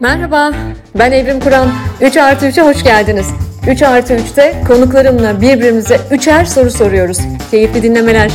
Merhaba, ben Evrim Kur'an. 3 artı 3'e hoş geldiniz. 3 artı 3'te konuklarımla birbirimize üçer soru soruyoruz. Keyifli dinlemeler.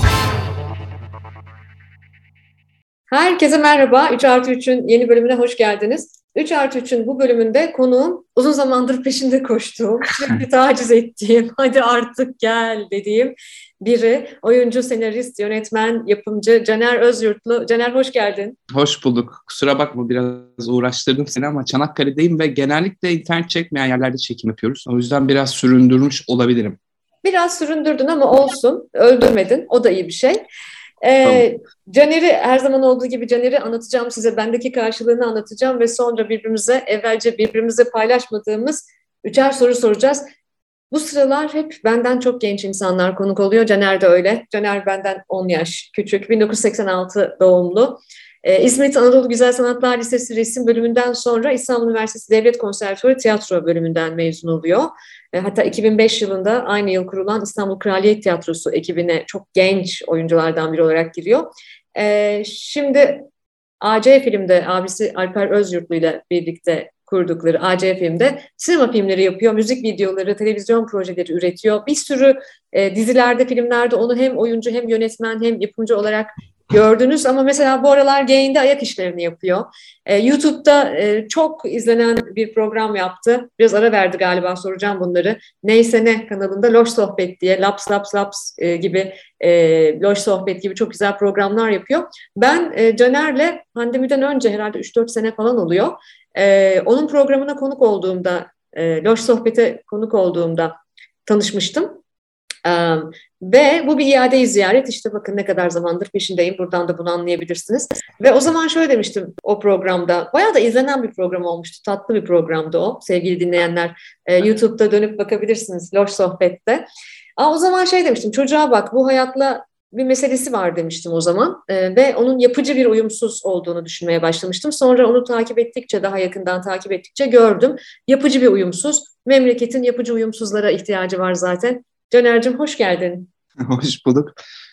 Herkese merhaba, 3 artı 3'ün yeni bölümüne hoş geldiniz. 3 artı 3'ün bu bölümünde konuğum uzun zamandır peşinde koştuğum, sürekli taciz ettiğim, hadi artık gel dediğim biri. Oyuncu, senarist, yönetmen, yapımcı Caner Özyurtlu. Caner hoş geldin. Hoş bulduk. Kusura bakma biraz uğraştırdım seni ama Çanakkale'deyim ve genellikle internet çekmeyen yerlerde çekim yapıyoruz. O yüzden biraz süründürmüş olabilirim. Biraz süründürdün ama olsun, öldürmedin. O da iyi bir şey. Tamam. Caner'i her zaman olduğu gibi Caner'i anlatacağım size. Bendeki karşılığını anlatacağım ve sonra evvelce birbirimize paylaşmadığımız üçer soru soracağız. Bu sıralar hep benden çok genç insanlar konuk oluyor. Caner de öyle. Caner benden 10 yaş küçük. 1986 doğumlu. İzmit Anadolu Güzel Sanatlar Lisesi resim bölümünden sonra İstanbul Üniversitesi Devlet Konservatuarı tiyatro bölümünden mezun oluyor. Hatta 2005 yılında aynı yıl kurulan İstanbul Kraliyet Tiyatrosu ekibine çok genç oyunculardan biri olarak giriyor. Şimdi AC Film'de abisi Alper Özyurtlu ile birlikte kurdukları AC Film'de sinema filmleri yapıyor, müzik videoları, televizyon projeleri üretiyor. Bir sürü dizilerde, filmlerde onu hem oyuncu hem yönetmen hem yapımcı olarak gördünüz ama mesela bu aralar Gain'de ayak işlerini yapıyor. YouTube'da çok izlenen bir program yaptı. Biraz ara verdi galiba, soracağım bunları. Neyse Ne kanalında Loş Sohbet diye, Laps Laps Laps gibi, Loş Sohbet gibi çok güzel programlar yapıyor. Ben Caner'le pandemiden önce herhalde 3-4 sene falan oluyor. Onun programına konuk olduğumda, Loş Sohbet'e konuk olduğumda tanışmıştım. Ve bu bir iade-i ziyaret, işte bakın ne kadar zamandır peşindeyim, buradan da bunu anlayabilirsiniz. Ve o zaman şöyle demiştim o programda, bayağı da izlenen bir program olmuştu, tatlı bir programdı o, sevgili dinleyenler. YouTube'da dönüp bakabilirsiniz Loş Sohbet'te. O zaman şey demiştim, çocuğa bak bu hayatla bir meselesi var demiştim o zaman. Ve onun yapıcı bir uyumsuz olduğunu düşünmeye başlamıştım. Sonra onu takip ettikçe, daha yakından takip ettikçe gördüm. Yapıcı bir uyumsuz, memleketin yapıcı uyumsuzlara ihtiyacı var zaten. Caner'cim hoş geldin. Hoş bulduk.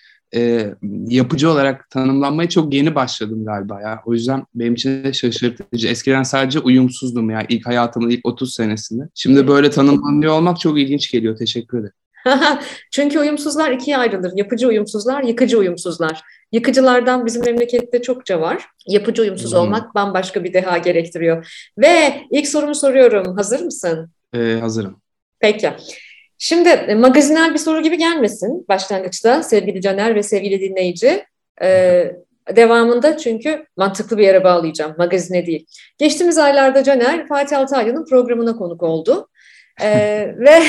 Yapıcı olarak tanımlanmaya çok yeni başladım galiba ya. O yüzden benim için de şaşırtıcı. Eskiden sadece uyumsuzdum ya ilk hayatımın ilk 30 senesinde. Şimdi böyle tanımlanıyor olmak çok ilginç geliyor. Teşekkür ederim. Çünkü uyumsuzlar ikiye ayrılır. Yapıcı uyumsuzlar, yıkıcı uyumsuzlar. Yıkıcılardan bizim memlekette çokça var. Yapıcı uyumsuz olmak bambaşka bir deha gerektiriyor. Ve ilk sorumu soruyorum. Hazır mısın? Hazırım. Peki. Şimdi magazinel bir soru gibi gelmesin başlangıçta sevgili Caner ve sevgili dinleyici. Devamında çünkü mantıklı bir yere bağlayacağım. Magazine değil. Geçtiğimiz aylarda Caner Fatih Altaylı'nın programına konuk oldu. Ve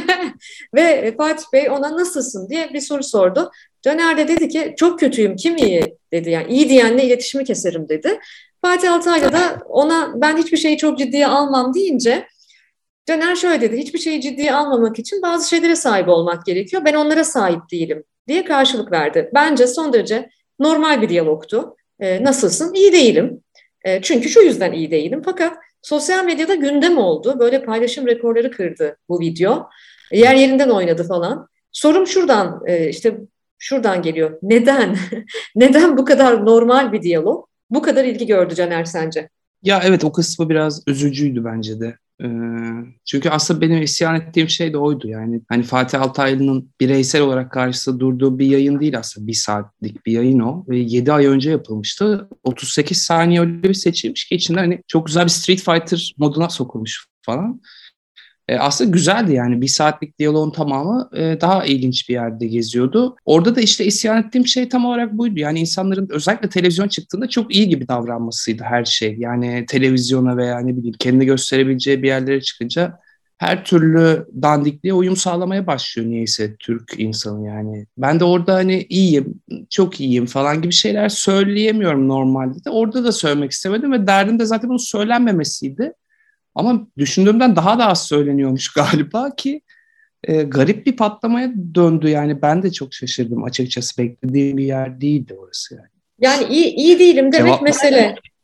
ve Fatih Bey ona nasılsın diye bir soru sordu. Caner de dedi ki çok kötüyüm, kim iyi dedi, yani iyi diyenle iletişimi keserim dedi. Fatih Altaylı da ona ben hiçbir şeyi çok ciddiye almam deyince Caner şöyle dedi, hiçbir şeyi ciddiye almamak için bazı şeylere sahip olmak gerekiyor, ben onlara sahip değilim diye karşılık verdi. Bence son derece normal bir diyalogtu. Nasılsın? İyi değilim. Çünkü şu yüzden iyi değilim. Fakat sosyal medyada gündem oldu. Böyle paylaşım rekorları kırdı bu video. Yer yerinden oynadı falan. Sorum şuradan, işte şuradan geliyor. Neden? Neden bu kadar normal bir diyalog bu kadar ilgi gördü Caner sence? Ya evet, o kısmı biraz üzücüydü bence de. Çünkü aslında benim isyan ettiğim şey de oydu. Yani hani Fatih Altaylı'nın bireysel olarak karşısında durduğu bir yayın değil aslında. 1 saatlik bir yayın o. Ve 7 ay önce yapılmıştı. 38 saniye öyle bir seçilmiş ki içinde hani çok güzel bir Street Fighter moduna sokulmuş falan. Aslında güzeldi yani 1 saatlik diyaloğun tamamı daha ilginç bir yerde geziyordu. Orada da işte isyan ettiğim şey tam olarak buydu. Yani insanların özellikle televizyon çıktığında çok iyi gibi davranmasıydı her şey. Yani televizyona veya ne bileyim kendini gösterebileceği bir yerlere çıkınca her türlü dandikliğe uyum sağlamaya başlıyor niyeyse Türk insanı yani. Ben de orada hani iyiyim, çok iyiyim falan gibi şeyler söyleyemiyorum normalde de. Orada da söylemek istemedim ve derdim de zaten bunun söylenmemesiydi. Ama düşündüğümden daha da az söyleniyormuş galiba ki garip bir patlamaya döndü. Yani ben de çok şaşırdım açıkçası. Beklediğim bir yer değildi orası yani. Yani iyi değilim demek Cevap mesele.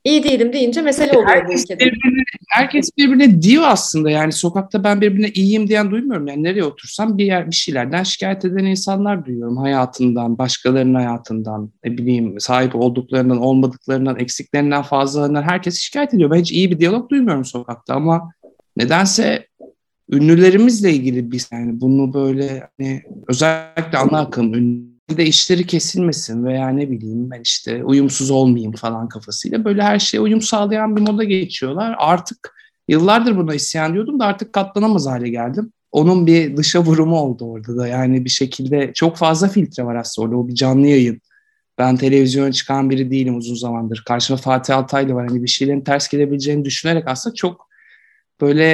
İyi değilim deyince mesele oluyor bu Herkes ülkede. herkes birbirine diyor aslında. Yani sokakta ben birbirine iyiyim diyen duymuyorum. Yani nereye otursam bir şeylerden şikayet eden insanlar duyuyorum. Hayatından, başkalarının hayatından, ne bileyim sahip olduklarından, olmadıklarından, eksiklerinden, fazlalarından herkes şikayet ediyor. Ben hiç iyi bir diyalog duymuyorum sokakta ama nedense ünlülerimizle ilgili biz yani bunu böyle hani özellikle ana akım ünlü de işleri kesilmesin veya ne bileyim ben işte uyumsuz olmayayım falan kafasıyla böyle her şeye uyum sağlayan bir moda geçiyorlar. Artık yıllardır buna isyan diyordum da artık katlanamaz hale geldim. Onun bir dışa vurumu oldu orada da yani bir şekilde çok fazla filtre var aslında orada o bir canlı yayın. Ben televizyona çıkan biri değilim uzun zamandır. Karşıma Fatih Altaylı var. Hani bir şeylerin ters gelebileceğini düşünerek aslında çok böyle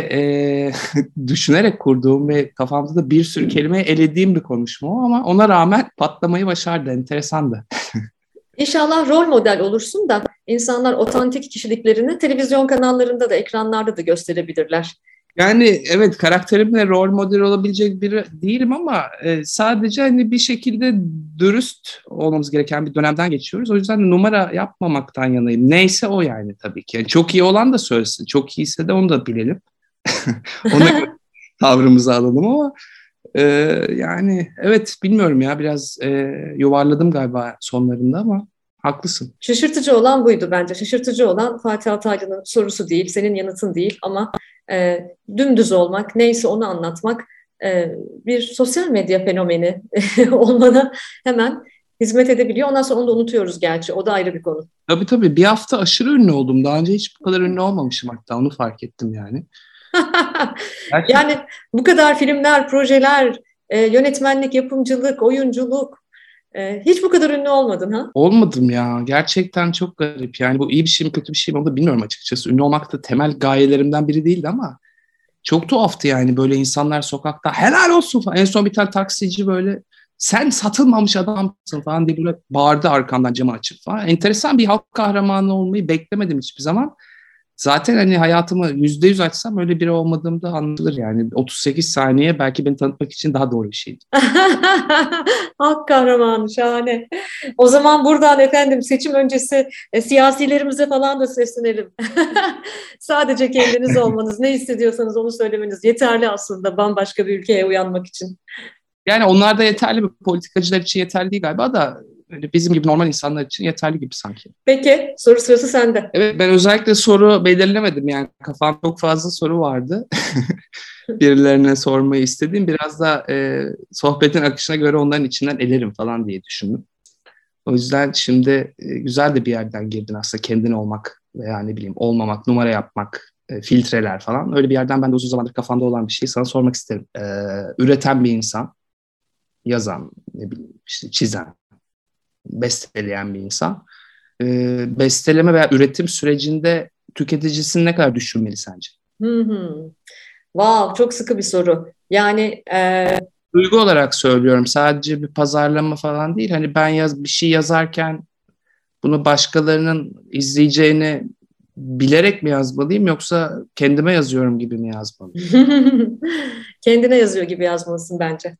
düşünerek kurduğum ve kafamda da bir sürü kelimeyi elediğim bir konuşma o ama ona rağmen patlamayı başardı. Enteresandı. İnşallah rol model olursun da insanlar otantik kişiliklerini televizyon kanallarında da ekranlarda da gösterebilirler. Yani evet karakterimle rol model olabilecek biri değilim ama sadece hani bir şekilde dürüst olmamız gereken bir dönemden geçiyoruz. O yüzden de numara yapmamaktan yanayım. Neyse o yani tabii ki. Yani çok iyi olan da söylesin. Çok iyiyse de onu da bilelim. Ona göre tavrımızı alalım ama Ee, yani evet bilmiyorum ya biraz yuvarladım galiba sonlarında ama haklısın. Şaşırtıcı olan buydu bence. Şaşırtıcı olan Fatih Altaylı'nın sorusu değil, senin yanıtın değil ama e, dümdüz olmak, neyse onu anlatmak bir sosyal medya fenomeni olmana hemen hizmet edebiliyor. Ondan sonra onu da unutuyoruz gerçi. O da ayrı bir konu. Tabii tabii bir hafta aşırı ünlü oldum. Daha önce hiç bu kadar ünlü olmamışım hatta onu fark ettim yani. Gerçekten Yani bu kadar filmler, projeler, yönetmenlik, yapımcılık, oyunculuk, hiç bu kadar ünlü olmadın ha? olmadım ya. Gerçekten çok garip. Yani bu iyi bir şey mi kötü bir şey mi onu da bilmiyorum açıkçası. Ünlü olmak da temel gayelerimden biri değildi ama çok tuhaftı yani böyle insanlar sokakta helal olsun falan. En son bir tane taksici böyle sen satılmamış adamsın falan diye böyle bağırdı arkamdan camı açıp falan. Enteresan bir halk kahramanı olmayı beklemedim hiçbir zaman. Zaten hani hayatımı %100 açsam öyle biri olmadığımda anlatılır yani. 38 saniye belki beni tanıtmak için daha doğru bir şeydi. Halk kahramanı şahane. O zaman buradan efendim seçim öncesi siyasilerimize falan da seslenelim. Sadece kendiniz olmanız, ne hissediyorsanız onu söylemeniz yeterli aslında bambaşka bir ülkeye uyanmak için. Yani onlar da yeterli bir politikacılar için yeterli değil galiba da öyle bizim gibi normal insanlar için yeterli gibi sanki. Peki, soru sırası sende. Evet ben özellikle soru belirlemedim yani kafam çok fazla soru vardı. Birilerine sormayı istediğim biraz da sohbetin akışına göre onların içinden elerim falan diye düşündüm. O yüzden şimdi güzel de bir yerden girdin aslında kendin olmak veya ne bileyim olmamak, numara yapmak, filtreler falan. Öyle bir yerden ben de uzun zamandır kafamda olan bir şeyi sana sormak isterim. Üreten bir insan, yazan, ne bileyim işte çizen, besteleyen bir insan. Besteleme veya üretim sürecinde tüketicisini ne kadar düşünmeli sence? Hı hı. Wow, çok sıkı bir soru. Yani Duygu olarak söylüyorum. Sadece bir pazarlama falan değil. Hani ben bir şey yazarken bunu başkalarının izleyeceğini bilerek mi yazmalıyım yoksa kendime yazıyorum gibi mi yazmalıyım? kendine yazıyor gibi yazmalısın bence.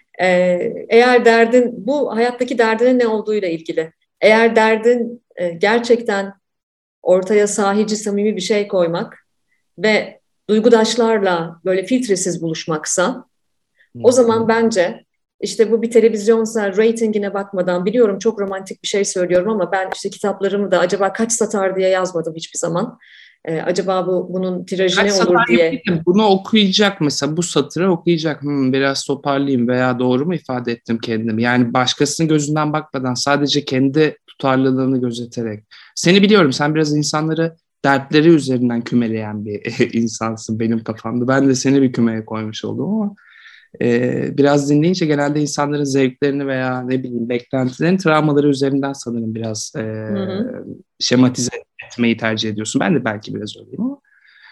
Eğer derdin, bu hayattaki derdinin ne olduğuyla ilgili. Eğer derdin gerçekten ortaya sahici, samimi bir şey koymak ve duygudaşlarla böyle filtresiz buluşmaksa, Hı o zaman hı. bence işte bu bir televizyonsa reytingine bakmadan biliyorum çok romantik bir şey söylüyorum ama ben işte kitaplarımı da acaba kaç satar diye yazmadım hiçbir zaman. Acaba bunun tirajı Kaç ne satır olur gibi diye. değil de bunu okuyacak mesela bu satırı okuyacak. Biraz toparlayayım veya doğru mu ifade ettim kendimi? Yani başkasının gözünden bakmadan sadece kendi tutarlılığını gözeterek. Seni biliyorum sen biraz insanları dertleri üzerinden kümeleyen bir insansın benim kafamda. Ben de seni bir kümeye koymuş oldum ama biraz dinleyince genelde insanların zevklerini veya ne bileyim beklentilerini travmaları üzerinden sanırım biraz Hı hı. şematize etmeyi tercih ediyorsun. Ben de belki biraz öyleyim ama.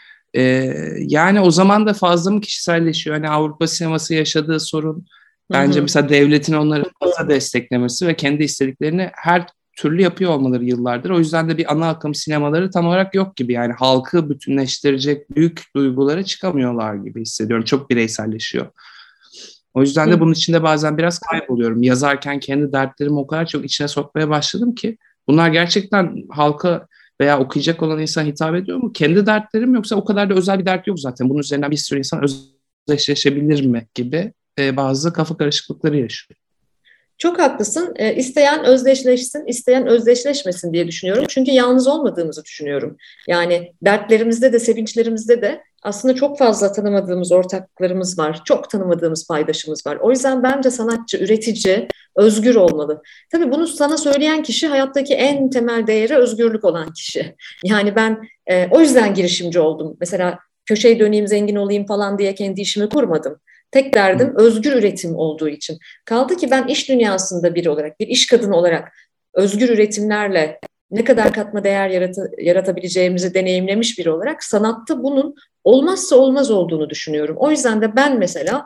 Yani o zaman da fazla mı kişiselleşiyor? Hani Avrupa sineması yaşadığı sorun Hı bence hı. mesela devletin onları fazla desteklemesi ve kendi istediklerini her türlü yapıyor olmaları yıllardır. O yüzden de bir ana akım sinemaları tam olarak yok gibi. Yani halkı bütünleştirecek büyük duygulara çıkamıyorlar gibi hissediyorum. Çok bireyselleşiyor. O yüzden de Hı. bunun içinde bazen biraz kayboluyorum. Yazarken kendi dertlerimi o kadar çok içine sokmaya başladım ki bunlar gerçekten halka veya okuyacak olan insan hitap ediyor mu? Kendi dertlerim yoksa o kadar da özel bir dert yok zaten. Bunun üzerinden bir sürü insan özdeşleşebilir mi gibi bazı kafa karışıklıkları yaşıyor. Çok haklısın. İsteyen özdeşleşsin, isteyen özdeşleşmesin diye düşünüyorum. Çünkü yalnız olmadığımızı düşünüyorum. Yani dertlerimizde de, sevinçlerimizde de aslında çok fazla tanımadığımız ortaklarımız var. Çok tanımadığımız paydaşımız var. O yüzden bence sanatçı, üretici, özgür olmalı. Tabii bunu sana söyleyen kişi hayattaki en temel değeri özgürlük olan kişi. Yani ben o yüzden girişimci oldum. Mesela köşeyi döneyim, zengin olayım falan diye kendi işimi kurmadım. Tek derdim özgür üretim olduğu için. Kaldı ki ben iş dünyasında biri olarak, bir iş kadını olarak özgür üretimlerle ne kadar katma değer yaratabileceğimizi deneyimlemiş biri olarak sanatta bunun olmazsa olmaz olduğunu düşünüyorum. O yüzden de ben mesela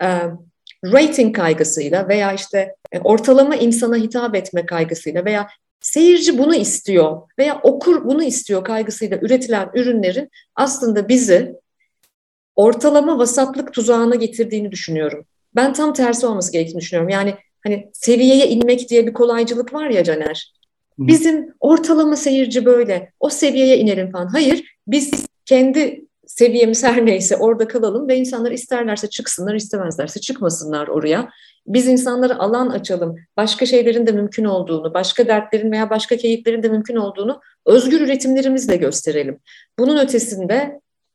rating kaygısıyla veya işte ortalama insana hitap etme kaygısıyla veya seyirci bunu istiyor veya okur bunu istiyor kaygısıyla üretilen ürünlerin aslında bizi ortalama vasatlık tuzağına getirdiğini düşünüyorum. Ben tam tersi olması gerektiğini düşünüyorum. Yani hani seviyeye inmek diye bir kolaycılık var ya Caner. Bizim ortalama seyirci böyle. O seviyeye inelim falan. Hayır, biz kendi seviyemiz her neyse orada kalalım ve insanlar isterlerse çıksınlar, istemezlerse çıkmasınlar oraya. Biz insanlara alan açalım. Başka şeylerin de mümkün olduğunu, başka dertlerin veya başka keyiflerin de mümkün olduğunu özgür üretimlerimizle gösterelim. Bunun ötesinde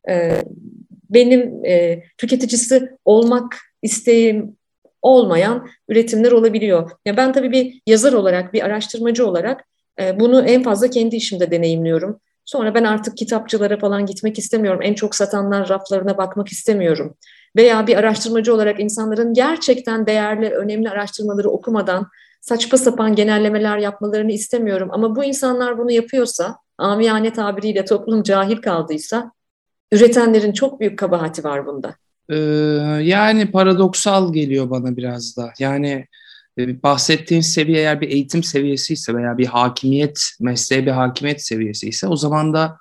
benim tüketicisi olmak isteğim olmayan üretimler olabiliyor. Ya ben tabii bir yazar olarak, bir araştırmacı olarak bunu en fazla kendi işimde deneyimliyorum. Sonra ben artık kitapçılara falan gitmek istemiyorum. En çok satanlar raflarına bakmak istemiyorum. Veya bir araştırmacı olarak insanların gerçekten değerli, önemli araştırmaları okumadan saçma sapan genellemeler yapmalarını istemiyorum. Ama bu insanlar bunu yapıyorsa, amiyane tabiriyle toplum cahil kaldıysa, üretenlerin çok büyük kabahati var bunda. Ee, Yani paradoksal geliyor bana biraz da. Yani bahsettiğin seviye eğer bir eğitim seviyesi ise veya bir hakimiyet, mesleğe bir hakimiyet seviyesi ise o zaman da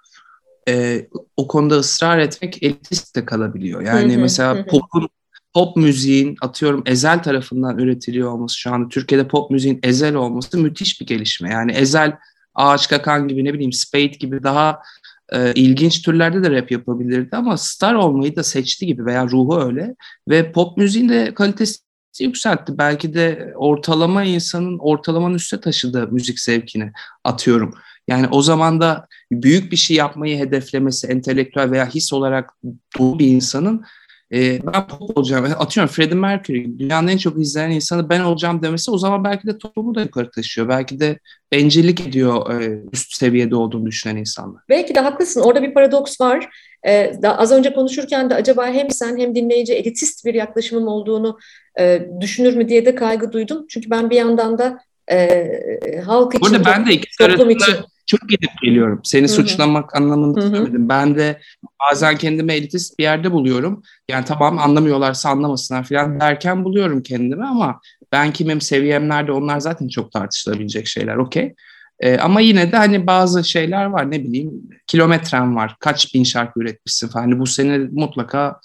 o konuda ısrar etmek elitist de kalabiliyor. Hı Yani hı, hı mesela hı. pop müziğin atıyorum Ezel tarafından üretiliyor olması şu anda Türkiye'de pop müziğin Ezel olması müthiş bir gelişme. Yani Ezel, Ağaç Kakan gibi ne bileyim Spade gibi daha ilginç türlerde de rap yapabilirdi ama star olmayı da seçti gibi veya ruhu öyle ve pop müziğin de kalitesi yükseltti. Belki de ortalama insanın ortalamanın üstüne taşıdığı müzik zevkini atıyorum. Yani o zaman da büyük bir şey yapmayı hedeflemesi, entelektüel veya his olarak dolu bir insanın ben pop olacağım. Atıyorum Freddie Mercury, dünyanın en çok izlenen insanı ben olacağım demesi o zaman belki de toplumu da yukarı taşıyor. Belki de bencillik ediyor üst seviyede olduğunu düşünen insanlar. Belki de haklısın. Orada bir paradoks var. Az önce konuşurken de acaba hem sen hem dinleyici elitist bir yaklaşımım olduğunu düşünür mü diye de kaygı duydum. Çünkü ben bir yandan da halk için, Burada ben de ikisi toplum için. arasında çok gidip geliyorum. Seni Hı hı, suçlamak anlamında hı hı. söylemedim. Ben de bazen kendimi elitist bir yerde buluyorum. Yani tamam anlamıyorlarsa anlamasınlar falan derken buluyorum kendimi ama ben kimim, seviyem nerede onlar zaten çok tartışılabilecek şeyler. Okey. Ama yine de hani bazı şeyler var ne bileyim kilometren var. Kaç bin şarkı üretmişsin falan. Hani bu seni mutlaka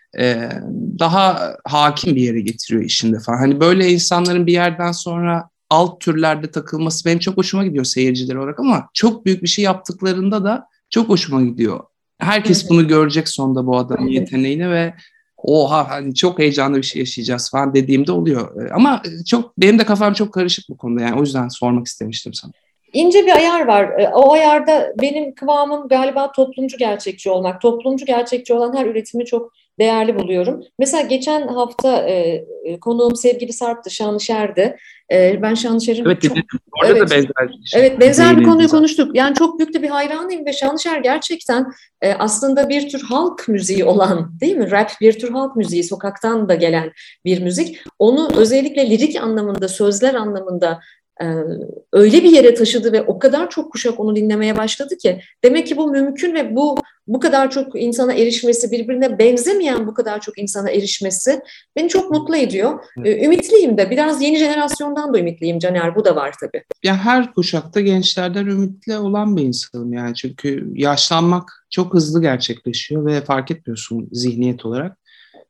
daha hakim bir yere getiriyor işinde falan. Hani böyle insanların bir yerden sonra alt türlerde takılması benim çok hoşuma gidiyor seyirciler olarak ama çok büyük bir şey yaptıklarında da çok hoşuma gidiyor. Hı Herkes hı. bunu görecek sonunda bu adamın yeteneğini ve oha hani çok heyecanlı bir şey yaşayacağız falan dediğimde oluyor. Ama çok benim de kafam çok karışık bu konuda yani o yüzden sormak istemiştim sana. İnce bir ayar var. O ayarda benim kıvamım galiba toplumcu gerçekçi olmak. Toplumcu gerçekçi olan her üretimi çok değerli buluyorum. Mesela geçen hafta konuğum sevgili Sarp'tı, Şanlışer'di. Ben Şanlışer'in Evet çok, dedim. Orada da evet, benzer bir şey evet, benzer bir değinildi konuyu zaten. konuştuk. Yani çok büyük de bir hayranıyım ve Şanlışer gerçekten aslında bir tür halk müziği olan, değil mi? Rap bir tür halk müziği, sokaktan da gelen bir müzik. Onu özellikle lirik anlamında, sözler anlamında e, öyle bir yere taşıdı ve o kadar çok kuşak onu dinlemeye başladı ki demek ki bu mümkün ve bu kadar çok insana erişmesi, birbirine benzemeyen bu kadar çok insana erişmesi beni çok mutlu ediyor. Ümitliyim de biraz yeni jenerasyondan da ümitliyim Caner, bu da var tabii. Ya her kuşakta gençlerden ümitli olan bir insanım yani çünkü yaşlanmak çok hızlı gerçekleşiyor ve fark etmiyorsun zihniyet olarak.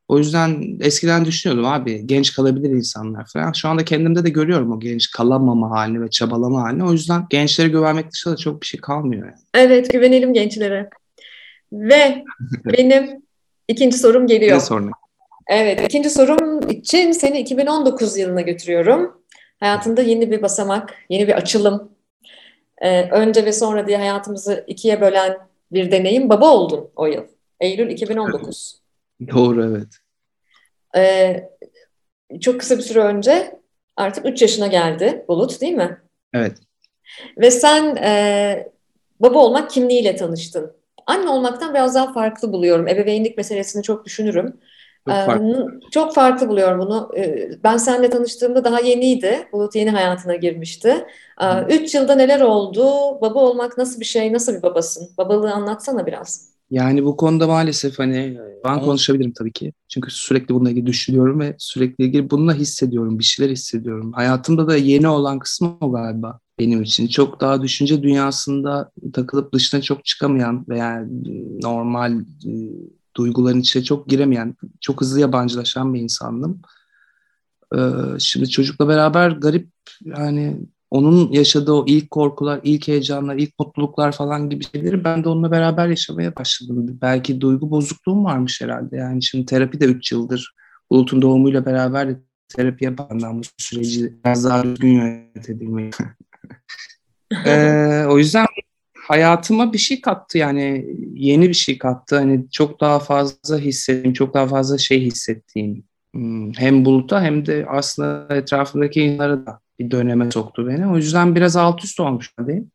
O yüzden eskiden düşünüyordum abi genç kalabilir insanlar falan. Şu anda kendimde de görüyorum o genç kalamama halini ve çabalama halini. O yüzden gençlere güvenmek dışında da çok bir şey kalmıyor yani. Evet, güvenelim gençlere. Ve benim ikinci sorum Ne geliyor. sorun? Evet, ikinci sorum için seni 2019 yılına götürüyorum. Hayatında yeni bir basamak, yeni bir açılım, önce ve sonra diye hayatımızı ikiye bölen bir deneyim. Baba oldun o yıl. Eylül 2019. Doğru, evet. Ee, Çok kısa bir süre önce artık 3 yaşına geldi Bulut, değil mi? Evet. Ve sen baba olmak kimliğiyle tanıştın. Anne olmaktan biraz daha farklı buluyorum. Ebeveynlik meselesini çok düşünürüm. Çok farklı. Çok farklı buluyorum bunu. Ben seninle tanıştığımda daha yeniydi. Bulut yeni hayatına girmişti. 3 yılda neler oldu? Baba olmak nasıl bir şey? Nasıl bir babasın? Babalığı anlatsana biraz. Yani bu konuda maalesef hani ben konuşabilirim tabii ki. Çünkü sürekli bununla ilgili düşünüyorum ve sürekli ilgili bununla hissediyorum. Bir şeyler hissediyorum. Hayatımda da yeni olan kısmı o galiba benim için. Çok daha düşünce dünyasında takılıp dışına çok çıkamayan veya normal duyguların içine çok giremeyen, çok hızlı yabancılaşan bir insandım. Şimdi çocukla beraber garip, yani onun yaşadığı o ilk korkular, ilk heyecanlar, ilk mutluluklar falan gibi şeyleri ben de onunla beraber yaşamaya başladım. Belki duygu bozukluğum varmış herhalde. Yani şimdi terapi de 3 yıldır Bulut'un doğumuyla beraber de terapiye bağlandım, bu süreci biraz daha düzgün yönetebilmeyi. O yüzden hayatıma bir şey kattı, yani yeni bir şey kattı. Hani çok daha fazla hissettiğim, çok daha fazla şey hissettiğim, hem Bulut'a hem de aslında etrafındaki insanlara da bir döneme soktu beni. O yüzden biraz alt üst olmuş haldeyim.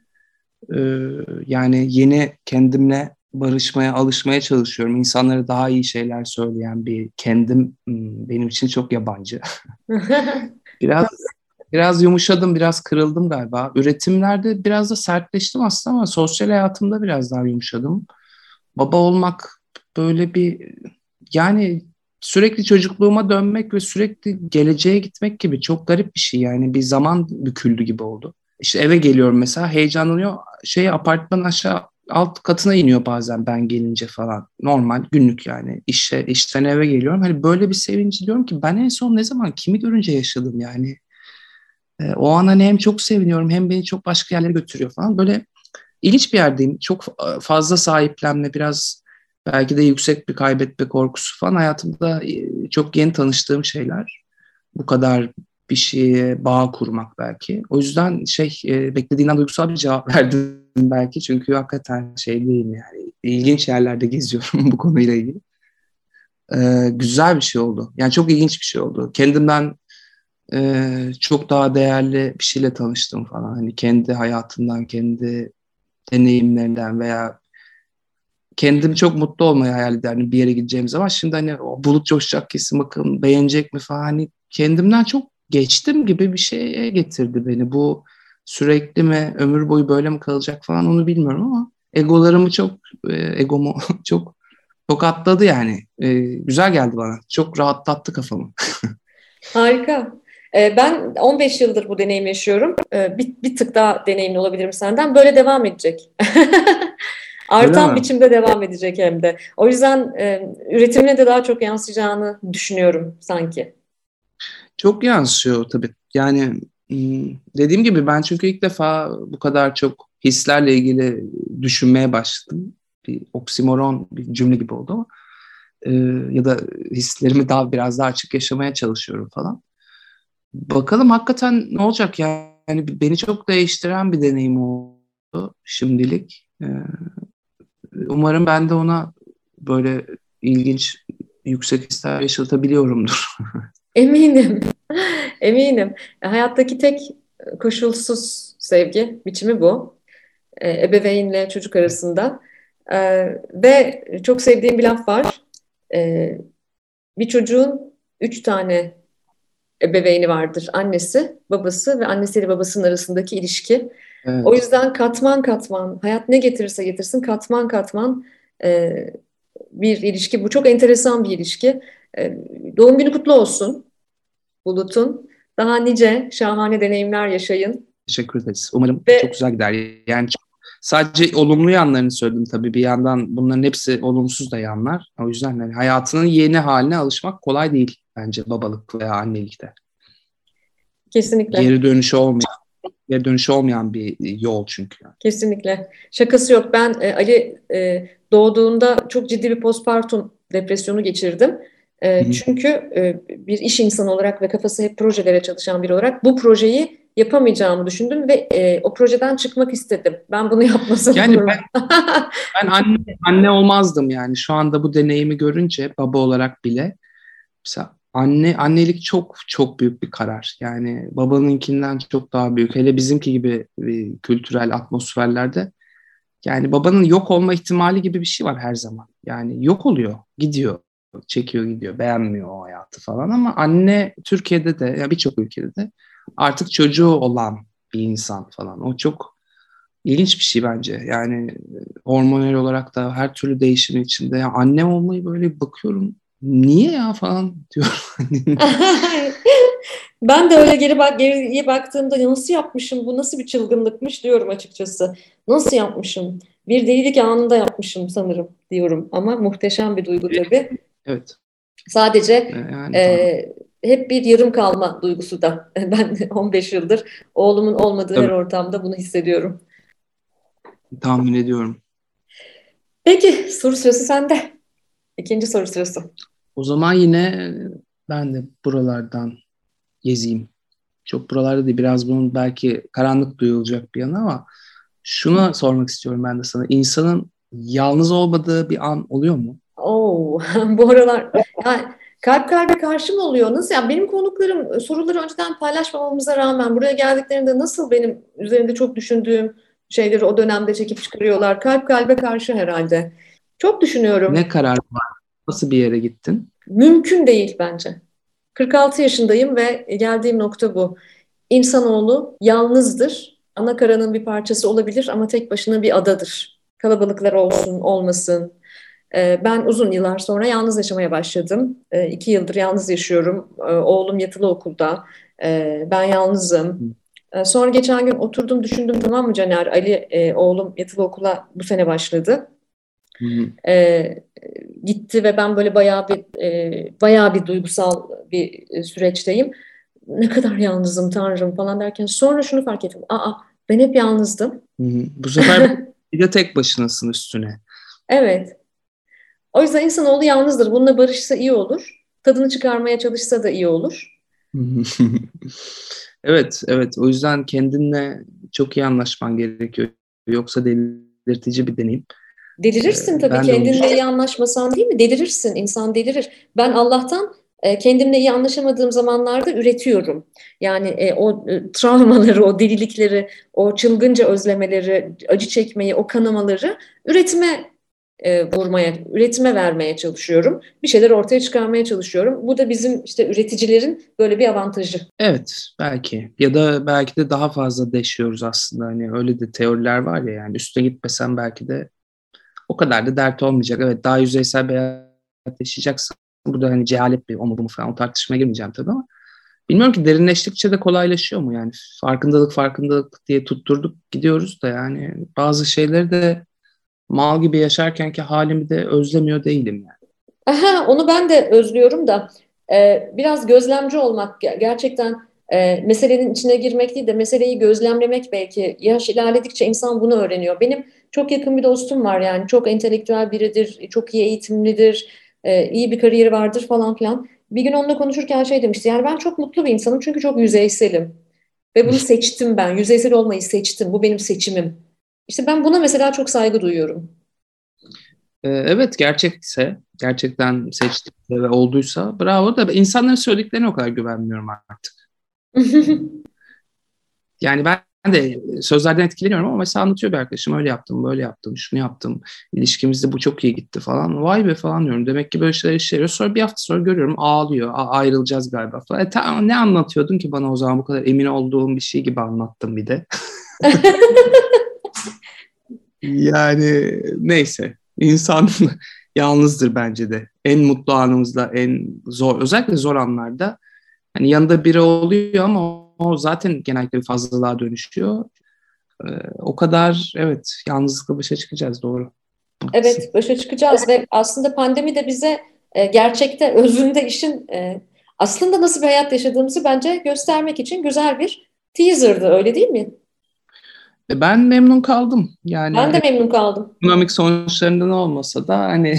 Yani yeni kendimle barışmaya, alışmaya çalışıyorum. İnsanlara daha iyi şeyler söyleyen bir kendim benim için çok yabancı. Biraz Biraz yumuşadım, biraz kırıldım galiba. Üretimlerde biraz da sertleştim aslında ama sosyal hayatımda biraz daha yumuşadım. Baba olmak böyle bir, yani sürekli çocukluğuma dönmek ve sürekli geleceğe gitmek gibi çok garip bir şey. Yani bir zaman büküldü gibi oldu. İşte eve geliyorum mesela, heyecanlanıyor. Apartmanın aşağı alt katına iniyor bazen ben gelince falan. Normal günlük yani. İşten eve geliyorum. Hani böyle bir sevinci, diyorum ki ben en son ne zaman kimi görünce yaşadım yani. O an hani hem çok seviniyorum hem beni çok başka yerlere götürüyor falan. Böyle ilginç bir yerdeyim. Çok fazla sahiplenme, biraz belki de yüksek bir kaybetme korkusu falan hayatımda çok yeni tanıştığım şeyler. Bu kadar bir şeye bağ kurmak belki. O yüzden beklediğinden duygusal bir cevap verdim belki. Çünkü hakikaten şey değil yani. İlginç yerlerde geziyorum bu konuyla ilgili. Güzel bir şey oldu. Yani çok ilginç bir şey oldu. Kendimden çok daha değerli bir şeyle tanıştım falan. Hani kendi hayatımdan, kendi deneyimlerinden veya kendim çok mutlu olmayı hayal ederdim bir yere gideceğim zaman. Şimdi hani o bulut coşacak kesin, bakın beğenecek mi falan. Hani kendimden çok geçtim gibi bir şeye getirdi beni. Bu sürekli mi, ömür boyu böyle mi kalacak falan, onu bilmiyorum ama egomu çok tokatladı yani. Güzel geldi bana. Çok rahatlattı kafamı. Harika. Ben 15 yıldır bu deneyimi yaşıyorum. Bir tık daha deneyimli olabilirim senden. Böyle devam edecek. Öyle Artan mi? biçimde devam edecek hem de. O yüzden üretimine de daha çok yansıyacağını düşünüyorum sanki. Çok yansıyor tabii. Yani dediğim gibi ben çünkü ilk defa bu kadar çok hislerle ilgili düşünmeye başladım. Bir oksimoron bir cümle gibi oldu ama e, ya da hislerimi biraz daha açık yaşamaya çalışıyorum falan. Bakalım hakikaten ne olacak yani. Yani beni çok değiştiren bir deneyim oldu şimdilik. Umarım ben de ona böyle ilginç, yüksek hisler yaşatabiliyorumdur. Eminim. Eminim. Hayattaki tek koşulsuz sevgi biçimi bu. Ebeveynle çocuk arasında. Ve çok sevdiğim bir laf var. E, Bir çocuğun 3 tane ebeveyni vardır. Annesi, babası ve annesiyle babasının arasındaki ilişki. O Evet. yüzden katman katman, hayat ne getirirse getirsin katman katman e, bir ilişki. Bu çok enteresan bir ilişki. E, Doğum günü kutlu olsun Bulut'un. Daha nice şahane deneyimler yaşayın. Teşekkür ederiz. Umarım çok Ve güzel gider. Yani Sadece olumlu yanlarını söyledim tabii. Bir yandan bunların hepsi olumsuz da yanlar. O yüzden yani hayatının yeni haline alışmak kolay değil bence babalık veya annelikte. Kesinlikle. Geri dönüşü olmayan bir yol çünkü. Yani. Kesinlikle. Şakası yok. Ben Ali doğduğunda çok ciddi bir postpartum depresyonu geçirdim. Çünkü bir iş insanı olarak ve kafası hep projelere çalışan biri olarak bu projeyi yapamayacağımı düşündüm ve o projeden çıkmak istedim. Ben bunu yapmasam Yani olur mu? ben anne olmazdım yani. Şu anda bu deneyimi görünce baba olarak bile mesela annelik çok çok büyük bir karar. Yani babanınkinden çok daha büyük. Hele bizimki gibi kültürel atmosferlerde yani babanın yok olma ihtimali gibi bir şey var her zaman. Yani yok oluyor, gidiyor, çekiyor gidiyor, beğenmiyor o hayatı falan ama anne Türkiye'de de ya birçok ülkede de artık çocuğu olan bir insan falan. O çok İlginç bir şey bence. Yani hormonal olarak da her türlü değişimin içinde. Ya anne olmayı böyle bakıyorum. Niye ya falan diyorum. Ben de öyle geriye baktığımda "Ya nasıl yapmışım, bu nasıl bir çılgınlıkmış" diyorum açıkçası. Nasıl yapmışım? Bir delilik anında yapmışım sanırım diyorum. Ama muhteşem bir duygu tabii. Evet. Sadece Yani e, hep bir yarım kalma duygusu da. Ben 15 yıldır oğlumun olmadığı her tabii ortamda bunu hissediyorum. tahmin ediyorum. Peki, soru sırası sende. İkinci soru sırası. O zaman yine ben de buralardan gezeyim. Çok buralarda değil. Biraz bunun belki karanlık duyulacak bir yanı ama şuna sormak istiyorum ben de sana. İnsanın yalnız olmadığı bir an oluyor mu? Oo, bu aralar yani kalp kalbe karşı mı oluyor? Nasıl? Yani benim konuklarım soruları önceden paylaşmamamıza rağmen buraya geldiklerinde nasıl benim üzerinde çok düşündüğüm şeyleri o dönemde çekip çıkarıyorlar? Kalp kalbe karşı herhalde. Çok düşünüyorum. Ne karar var? Nasıl bir yere gittin? Mümkün değil bence. 46 yaşındayım ve geldiğim nokta bu. İnsanoğlu yalnızdır. Ana karanın bir parçası olabilir ama tek başına bir adadır. Kalabalıklar olsun, olmasın. Ben uzun yıllar sonra yalnız yaşamaya başladım. 2 yıldır yalnız yaşıyorum. Oğlum yatılı okulda. Ben yalnızım. Sonra geçen gün oturdum düşündüm, tamam mı Caner? Ali oğlum yatılı okula bu sene başladı. Hı hı. E, Gitti ve ben böyle bayağı bir duygusal bir süreçteyim. Ne kadar yalnızım Tanrım falan derken sonra şunu fark ettim. Ben hep yalnızdım. Hı hı. Bu sefer bir de tek başınasın üstüne. Evet. O yüzden insanoğlu yalnızdır. Bununla barışsa iyi olur. Tadını çıkarmaya çalışsa da iyi olur. Hı hı. Evet, evet. O yüzden kendinle çok iyi anlaşman gerekiyor. Yoksa delirtici bir deneyim. Delirirsin tabii, Ben de onu kendinle iyi düşünüyorum. anlaşmasan, değil mi? Delirirsin, insan delirir. Ben Allah'tan kendimle iyi anlaşamadığım zamanlarda üretiyorum. Yani o travmaları, o delilikleri, o çılgınca özlemeleri, acı çekmeyi, o kanamaları üretime vermeye çalışıyorum. Bir şeyler ortaya çıkarmaya çalışıyorum. Bu da bizim işte üreticilerin böyle bir avantajı. Evet, belki. Ya da belki de daha fazla deşiyoruz aslında. Hani öyle de teoriler var ya yani üstüne gitmesen belki de o kadar da dert olmayacak. Evet, daha yüzeysel bir hayat yaşayacaksın. Burada hani cehalet bir o mu bu mu falan o tartışmaya girmeyeceğim tabii ama bilmiyorum ki derinleştikçe de kolaylaşıyor mu yani farkındalık diye tutturduk gidiyoruz da yani bazı şeyleri de mal gibi yaşarkenki halimi de özlemiyor değilim yani. Aha, onu ben de özlüyorum da biraz gözlemci olmak gerçekten meselenin içine girmek değil de meseleyi gözlemlemek, belki yaş ilerledikçe insan bunu öğreniyor. Benim çok yakın bir dostum var, yani çok entelektüel biridir, çok iyi eğitimlidir, iyi bir kariyeri vardır falan filan. Bir gün onunla konuşurken şey demişti, yani ben çok mutlu bir insanım çünkü çok yüzeyselim ve bunu seçtim ben, yüzeysel olmayı seçtim, bu benim seçimim. İşte ben buna mesela çok saygı duyuyorum. Evet gerçekse gerçekten seçtikse ve olduysa bravo da insanların söylediklerine o kadar güvenmiyorum artık. Yani ben de sözlerden etkileniyorum ama mesela anlatıyor bir arkadaşım öyle yaptım, böyle yaptım, şunu yaptım. İlişkimizde bu çok iyi gitti falan. Vay be falan diyorum. Demek ki böyle şeyler işe yarıyor. Sonra bir hafta sonra görüyorum ağlıyor. Ayrılacağız galiba falan. Tamam ne anlatıyordun ki bana o zaman bu kadar emin olduğum bir şey gibi anlattım bir de. Yani neyse. İnsan yalnızdır bence de. En mutlu anımızda, en zor, özellikle zor anlarda hani yanında biri oluyor ama o zaten genellikle bir fazlalığa dönüşüyor. O kadar evet, yalnızlıkla başa çıkacağız, doğru. Haklısın. Evet, başa çıkacağız ve aslında pandemi de bize gerçekte, özünde işin aslında nasıl bir hayat yaşadığımızı bence göstermek için güzel bir teaser'dı, öyle değil mi? Ben memnun kaldım. Ben de Yani memnun kaldım. ekonomik sonuçlarından olmasa da hani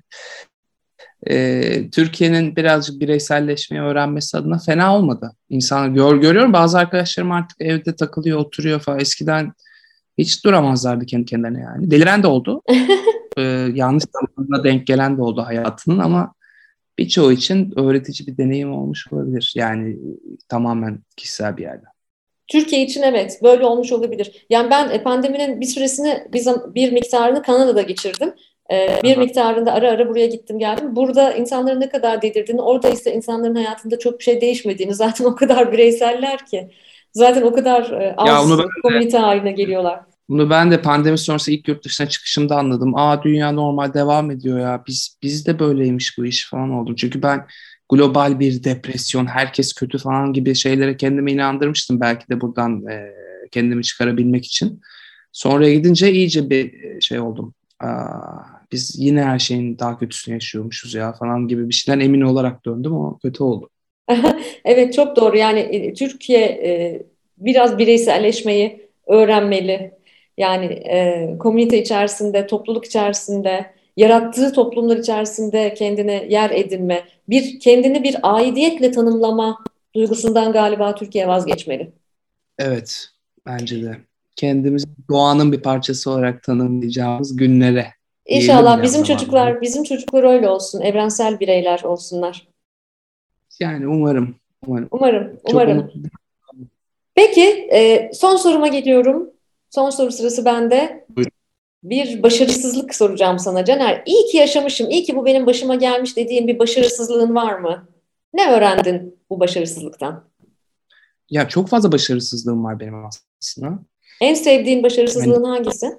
Türkiye'nin birazcık bireyselleşmeyi öğrenmesi adına fena olmadı. İnsan görüyorum, bazı arkadaşlarım artık evde takılıyor, oturuyor falan. Eskiden hiç duramazlardı kendi kendilerine yani. Deliren de oldu. Yanlış zamanda denk gelen de oldu hayatının, ama birçoğu için öğretici bir deneyim olmuş olabilir. Yani tamamen kişisel bir yerden. Türkiye için evet böyle olmuş olabilir. Yani ben pandeminin bir süresini bir miktarını Kanada'da geçirdim. Bir Aha. miktarında ara ara buraya gittim geldim. Burada insanların ne kadar delirdiğini, orada ise insanların hayatında çok bir şey değişmediğini, zaten o kadar bireyseller ki, zaten o kadar Ya az komünite haline geliyorlar. bunu ben de pandemi sonrası ilk yurt dışına çıkışımda anladım. Dünya normal devam ediyor ya. Biz de böyleymiş bu iş falan oldu. Çünkü ben global bir depresyon, herkes kötü falan gibi şeylere kendimi inandırmıştım. Belki de buradan kendimi çıkarabilmek için. Sonraya gidince iyice bir şey oldum. Biz yine her şeyin daha kötüsünü yaşıyormuşuz ya falan gibi bir şeyden emin olarak döndüm. O kötü oldu. Evet, çok doğru. Yani Türkiye biraz bireyselleşmeyi öğrenmeli. Yani komünite içerisinde, topluluk içerisinde, yarattığı toplumlar içerisinde kendine yer edinme, kendini bir aidiyetle tanımlama duygusundan galiba Türkiye vazgeçmeli. Evet, bence de. Kendimizi doğanın bir parçası olarak tanımlayacağımız günlere diyelim İnşallah ya o zaman. bizim çocuklar öyle olsun, evrensel bireyler olsunlar. Yani umarım, umarım. Umarım, Çok umarım. umutlu. Peki, son soruma geliyorum. Son soru sırası bende. Bir başarısızlık soracağım sana Caner. İyi ki yaşamışım, iyi ki bu benim başıma gelmiş dediğin bir başarısızlığın var mı? Ne öğrendin bu başarısızlıktan? Ya çok fazla başarısızlığım var benim aslında. En sevdiğin Yani başarısızlığın hangisi?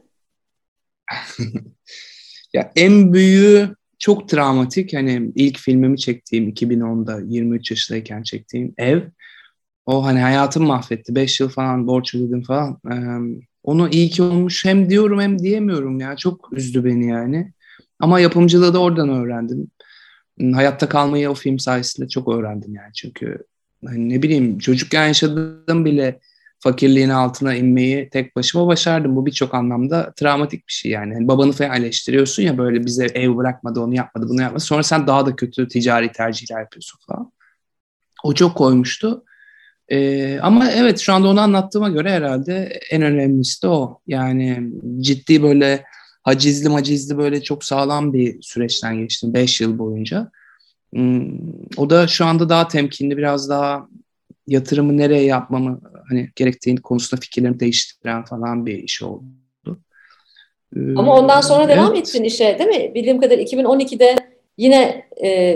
ya en büyüğü çok travmatik. Hani ilk filmimi çektiğim 2010'da 23 yaşındayken çektiğim Ev. O hani hayatımı mahvetti. 5 yıl falan borç ödedim falan. Onu iyi ki olmuş hem diyorum hem diyemiyorum ya. Çok üzdü beni yani. Ama yapımcılığı da oradan öğrendim. Hayatta kalmayı o film sayesinde çok öğrendim yani. Çünkü hani ne bileyim, çocukken yaşadığım bile fakirliğin altına inmeyi tek başıma başardım. Bu birçok anlamda travmatik bir şey yani. Hani babanı falan eleştiriyorsun ya, böyle bize ev bırakmadı, onu yapmadı, bunu yapmadı. Sonra sen daha da kötü ticari tercihler yapıyorsun falan. O çok koymuştu. Ama evet, şu anda onu anlattığıma göre herhalde en önemlisi de o. Yani ciddi böyle hacizli böyle çok sağlam bir süreçten geçtim 5 yıl boyunca. Hmm, O da şu anda daha temkinli, biraz daha yatırımı nereye yapmamı hani gerektiğini konusunda fikirlerimi değiştiren falan bir iş oldu. Ee, Ama ondan sonra devam evet, ettin işe, değil mi? Bildiğim kadarıyla 2012'de yine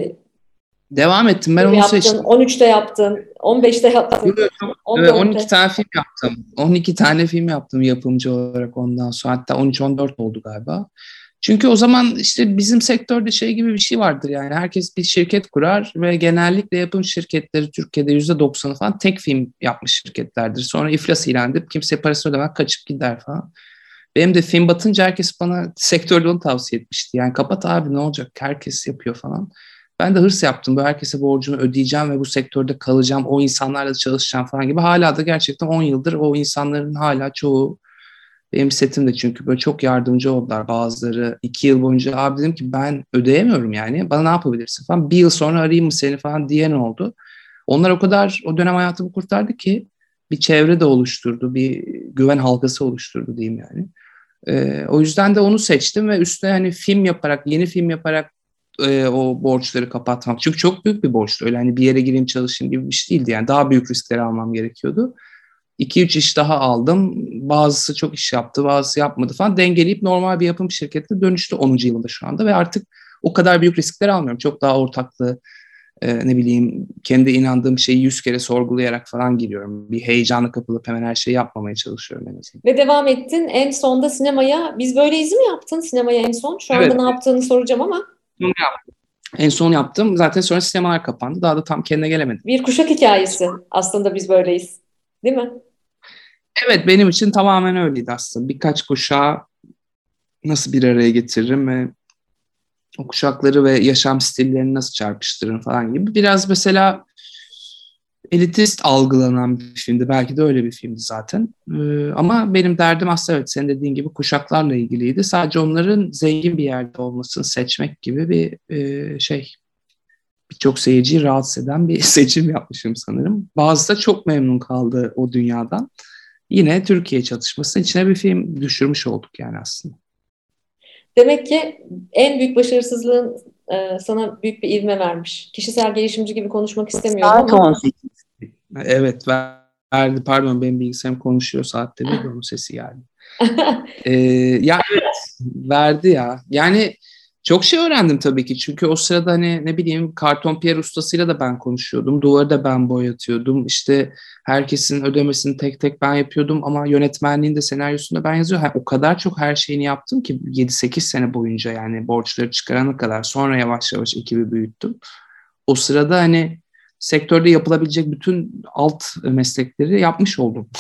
devam ettim. Ben film onu yaptın, seçtim. 13'te yaptın, 15'te Yok, yaptın, yok, 12 14'te. tane film yaptım. 12 tane film yaptım yapımcı olarak ondan sonra. Hatta 13-14 oldu galiba. Çünkü o zaman işte bizim sektörde şey gibi bir şey vardır yani. Herkes bir şirket kurar ve genellikle yapım şirketleri Türkiye'de %90'ı falan tek film yapmış şirketlerdir. Sonra iflas ilan edip kimseye parasını ödemeden kaçıp gider falan. Benim de film batınca herkes bana sektörde onu tavsiye etmişti. Yani kapat abi, ne olacak? Herkes yapıyor falan. Ben de hırs yaptım. Böyle herkese borcumu ödeyeceğim ve bu sektörde kalacağım. O insanlarla çalışacağım falan gibi. Hala da gerçekten 10 yıldır o insanların hala çoğu benim setimde, çünkü böyle çok yardımcı oldular. Bazıları 2 yıl boyunca abi dedim ki ben ödeyemiyorum yani. Bana ne yapabilirsin falan. Bir yıl sonra arayayım mı seni falan diyen oldu. Onlar o kadar o dönem hayatımı kurtardı ki bir çevre de oluşturdu. Bir güven halkası oluşturdu diyeyim yani. O yüzden de onu seçtim ve üstüne hani film yaparak, yeni film yaparak o borçları kapatmak. Çünkü çok büyük bir borçtu. Öyle hani bir yere gireyim çalışayım gibi bir şey değildi. Yani daha büyük riskleri almam gerekiyordu. 2-3 iş daha aldım. Bazısı çok iş yaptı, bazısı yapmadı falan. Dengeleyip normal bir yapım şirketine dönüştü 10. yılında şu anda ve artık o kadar büyük riskler almıyorum. Çok daha ortaklı, ne bileyim, kendi inandığım şeyi 100 kere sorgulayarak falan giriyorum. Bir heyecana kapılıp hemen her şeyi yapmamaya çalışıyorum en azından. Ve devam ettin. En sonda sinemaya, Biz Böyleyiz mi yaptın sinemaya en son? Şu anda Evet, ne yaptığını soracağım ama en son yaptım. Zaten sonra sinemalar kapandı. Daha da tam kendine gelemedim. bir kuşak hikayesi aslında Biz Böyleyiz. Değil mi? Evet, benim için tamamen öyleydi aslında. Birkaç kuşağı nasıl bir araya getiririm ve o kuşakları ve yaşam stillerini nasıl çarpıştırırım falan gibi. Biraz mesela elitist algılanan bir filmdi. Belki de öyle bir filmdi zaten. Ama benim derdim aslında evet senin dediğin gibi kuşaklarla ilgiliydi. Sadece onların zengin bir yerde olmasını seçmek gibi bir şey. Birçok seyirciyi rahatsız eden bir seçim yapmışım sanırım. Bazısı da çok memnun kaldı o dünyadan. Yine Türkiye çatışmasının içine bir film düşürmüş olduk yani aslında. Demek ki en büyük başarısızlığın sana büyük bir ivme vermiş. Kişisel gelişimci gibi konuşmak istemiyorum Saat ama 18. Evet, verdi. Pardon, benim bilgisayarım konuşuyor saatte bir de onun sesi geldi. Ee, Ya evet, verdi ya. Yani çok şey öğrendim tabii ki. Çünkü o sırada hani ne bileyim karton piyer ustasıyla da ben konuşuyordum. Duvarı da ben boyatıyordum. İşte herkesin ödemesini tek tek ben yapıyordum ama yönetmenliğin de senaryosunu da ben yazıyorum. O kadar çok her şeyini yaptım ki 7-8 sene boyunca yani borçları çıkarana kadar. Sonra yavaş yavaş ekibi büyüttüm. O sırada hani sektörde yapılabilecek bütün alt meslekleri yapmış oldum.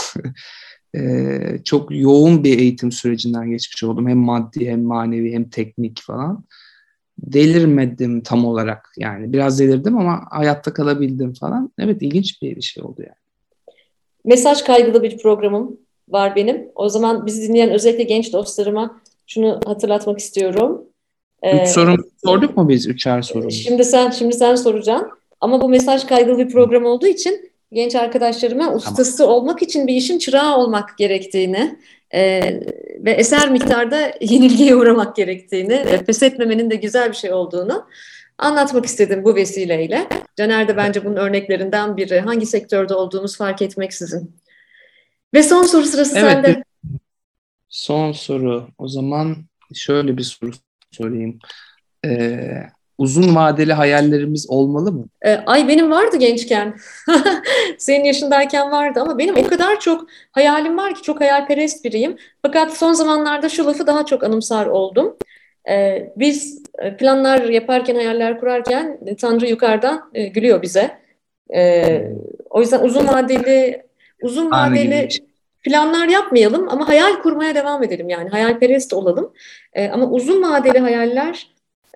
Çok yoğun bir eğitim sürecinden geçmiş oldum. Hem maddi hem manevi hem teknik falan. Delirmedim tam olarak yani. Biraz delirdim ama hayatta kalabildim falan. Evet, ilginç bir şey oldu yani. mesaj kaygılı bir programım var benim. O zaman bizi dinleyen özellikle genç dostlarıma şunu hatırlatmak istiyorum. Üç E, sorum sorduk mu biz? Üçer sorumuz. şimdi sen soracaksın. Ama bu mesaj kaygılı bir program olduğu için genç arkadaşlarıma Tamam. ustası olmak için bir işin çırağı olmak gerektiğini e, ve eser miktarda yenilgiye uğramak gerektiğini ve pes etmemenin de güzel bir şey olduğunu anlatmak istedim bu vesileyle. Caner de bence bunun örneklerinden biri. Hangi sektörde olduğumuz fark etmeksizin. Ve son soru sırası Evet, sende. son soru. O zaman şöyle bir soru sorayım. Ee, Uzun vadeli hayallerimiz olmalı mı? Ay benim vardı gençken. Senin yaşındayken vardı ama benim o kadar çok hayalim var ki çok hayalperest biriyim. Fakat son zamanlarda şu lafı daha çok anımsar oldum. Biz planlar yaparken, hayaller kurarken Tanrı yukarıdan gülüyor bize. O yüzden uzun Tanrı gibi bir vadeli şey. planlar yapmayalım ama hayal kurmaya devam edelim yani hayalperest olalım. Ama uzun vadeli hayaller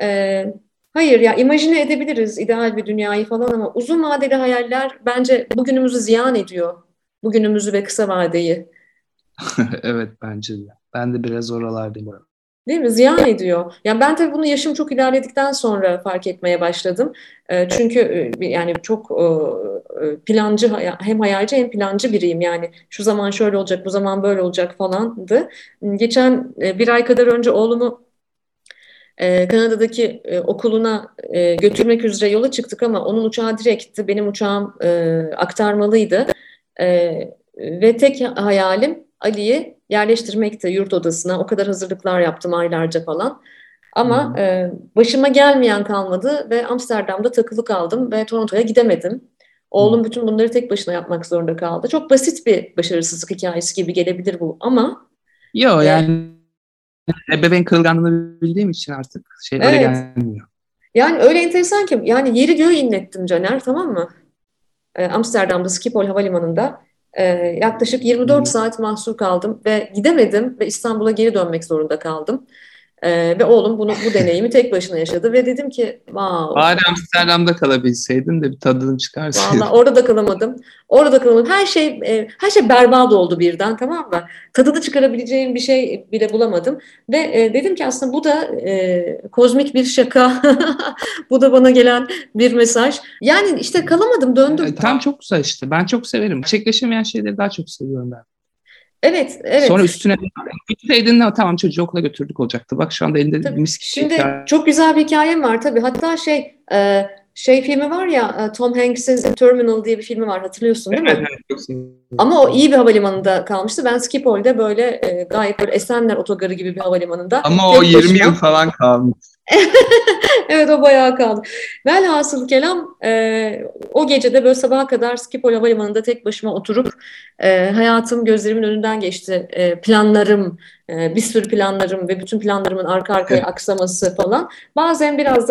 hayır ya imajine edebiliriz ideal bir dünyayı falan ama uzun vadeli hayaller bence bugünümüzü ziyan ediyor. Bugünümüzü ve kısa vadeyi. Evet, bence de. Ben de biraz oralardayım. Değil mi? Ziyan ediyor. Yani ben tabii bunu yaşım çok ilerledikten sonra fark etmeye başladım. Çünkü yani çok plancı hem hayalci hem plancı biriyim. Yani şu zaman şöyle olacak, bu zaman böyle olacak falandı. Geçen bir ay kadar önce oğlumu Kanada'daki okuluna götürmek üzere yola çıktık ama onun uçağı direktti. Benim uçağım aktarmalıydı. E, Ve tek hayalim Ali'yi yerleştirmekti yurt odasına. O kadar hazırlıklar yaptım aylarca falan. Hı Ama hı. başıma gelmeyen kalmadı ve Amsterdam'da takılı kaldım ve Toronto'ya gidemedim. Hı. Oğlum bütün bunları tek başına yapmak zorunda kaldı. Çok basit bir başarısızlık hikayesi gibi gelebilir bu ama Yo e, yani ebeveyn kırılganlığını bildiğim için artık şey öyle evet. gelmiyor. Yani öyle enteresan ki yani yeri göğü inlettim Caner tamam mı? Amsterdam'da Schiphol Havalimanı'nda yaklaşık Hı 24 hı. saat mahsur kaldım ve gidemedim ve İstanbul'a geri dönmek zorunda kaldım. Ve oğlum bu deneyimi tek başına yaşadı ve dedim ki wow. Bari Amsterdam'da kalabilseydin de bir tadını çıkarsaydın. Vallahi orada da kalamadım. Orada da kalamadım. Her şey berbat oldu birden tamam mı? Tadını çıkarabileceğim bir şey bile bulamadım. Ve dedim ki aslında bu da kozmik bir şaka. Bu da bana gelen bir mesaj. Yani işte kalamadım, döndüm. Tam çok güzel işte. Ben çok severim. Gerçekleşemeyen şeyleri daha çok seviyorum ben. Evet, Sonra evet. üstüne gitseydin de tamam çocuğu okula götürdük olacaktı. Bak şu anda elinde Tabii. mis gibi Şimdi hikaye. çok güzel bir hikayem var tabii. Hatta şey filmi var ya Tom Hanks'in Terminal diye bir filmi var hatırlıyorsun değil Evet, mi? evet, çok seviyorum. Ama o iyi bir havalimanında kalmıştı. Ben Schiphol'de böyle gayet böyle Esenler Otogarı gibi bir havalimanında Ama o tek 20 yıl başıma. falan kalmış. Evet o bayağı kaldı. Velhasıl kelam o gece de böyle sabaha kadar Schiphol Havalimanı'nda tek başıma oturup hayatım gözlerimin önünden geçti. Planlarım, bir sürü planlarım ve bütün planlarımın arka arkaya aksaması falan. Bazen biraz da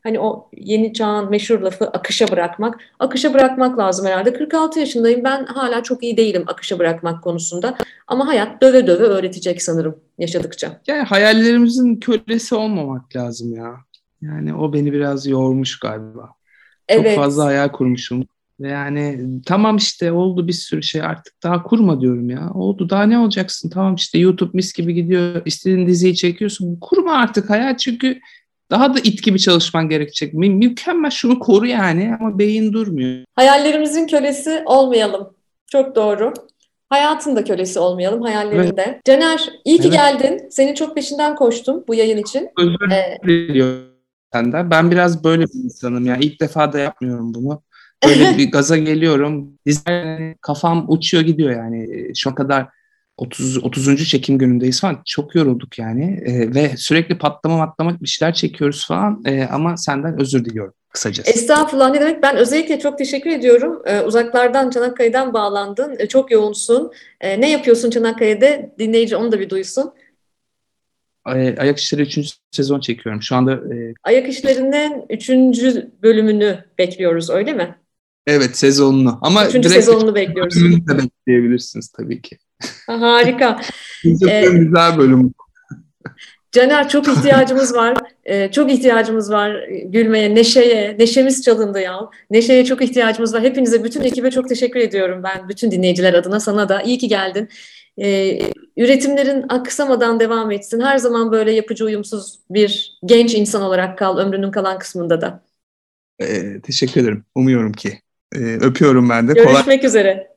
hani o yeni çağın meşhur lafı akışa bırakmak. Akışa bırakmak lazım herhalde. 46 yaşındayım, ben hala çok iyi değilim akışa bırakmak konusunda. Ama hayat döve döve öğretecek sanırım yaşadıkça. Yani hayallerimizin kölesi olmamak lazım ya. Yani o beni biraz yormuş galiba. Çok fazla Evet, hayal kurmuşum. Ve yani tamam işte oldu bir sürü şey, artık daha kurma diyorum ya. Oldu, daha ne olacaksın? Tamam işte YouTube mis gibi gidiyor. İstediğin diziyi çekiyorsun. Kurma artık hayal, çünkü daha da it gibi çalışman gerekecek. Mükemmel, şunu koru yani, ama beyin durmuyor. hayallerimizin kölesi olmayalım. Çok doğru. Hayatın da kölesi olmayalım, Evet, hayallerinde. Caner, iyi ki evet. geldin. Senin çok peşinden koştum bu yayın için. Özür Ee, diliyorum senden. Ben biraz böyle bir insanım ya. İlk defa da yapmıyorum bunu. Böyle bir gaza geliyorum. Diziler, kafam uçuyor gidiyor yani. Şu ana kadar 30. çekim günündeyiz falan. Çok yorulduk yani. Ve sürekli patlama bir şeyler çekiyoruz falan. Ama senden özür diliyorum kısacası. Estağfurullah, ne demek? Ben özellikle çok teşekkür ediyorum. Uzaklardan, Çanakkale'den bağlandın. Çok yoğunsun. Ne yapıyorsun Çanakkale'de? Dinleyici onu da bir duysun. Ayak İşleri 3. sezon çekiyorum. Şu anda Ayak İşleri'nin üçüncü bölümünü bekliyoruz, öyle mi? evet, sezonunu. Ama Üçüncü direkt 3. sezonunu bekliyoruz. bölümünü de bekleyebilirsiniz tabii ki. Ha, harika. 3. E, bölüm güzel bölüm. Caner, çok ihtiyacımız var. Çok ihtiyacımız var gülmeye, neşeye. Neşemiz çalındı ya. Neşeye çok ihtiyacımız var. Hepinize, bütün ekibe çok teşekkür ediyorum ben. Bütün dinleyiciler adına sana da. İyi ki geldin. Üretimlerin aksamadan devam etsin. Her zaman böyle yapıcı, uyumsuz bir genç insan olarak kal ömrünün kalan kısmında da. Teşekkür ederim. Umuyorum ki. Öpüyorum ben de. Kolay Görüşmek üzere.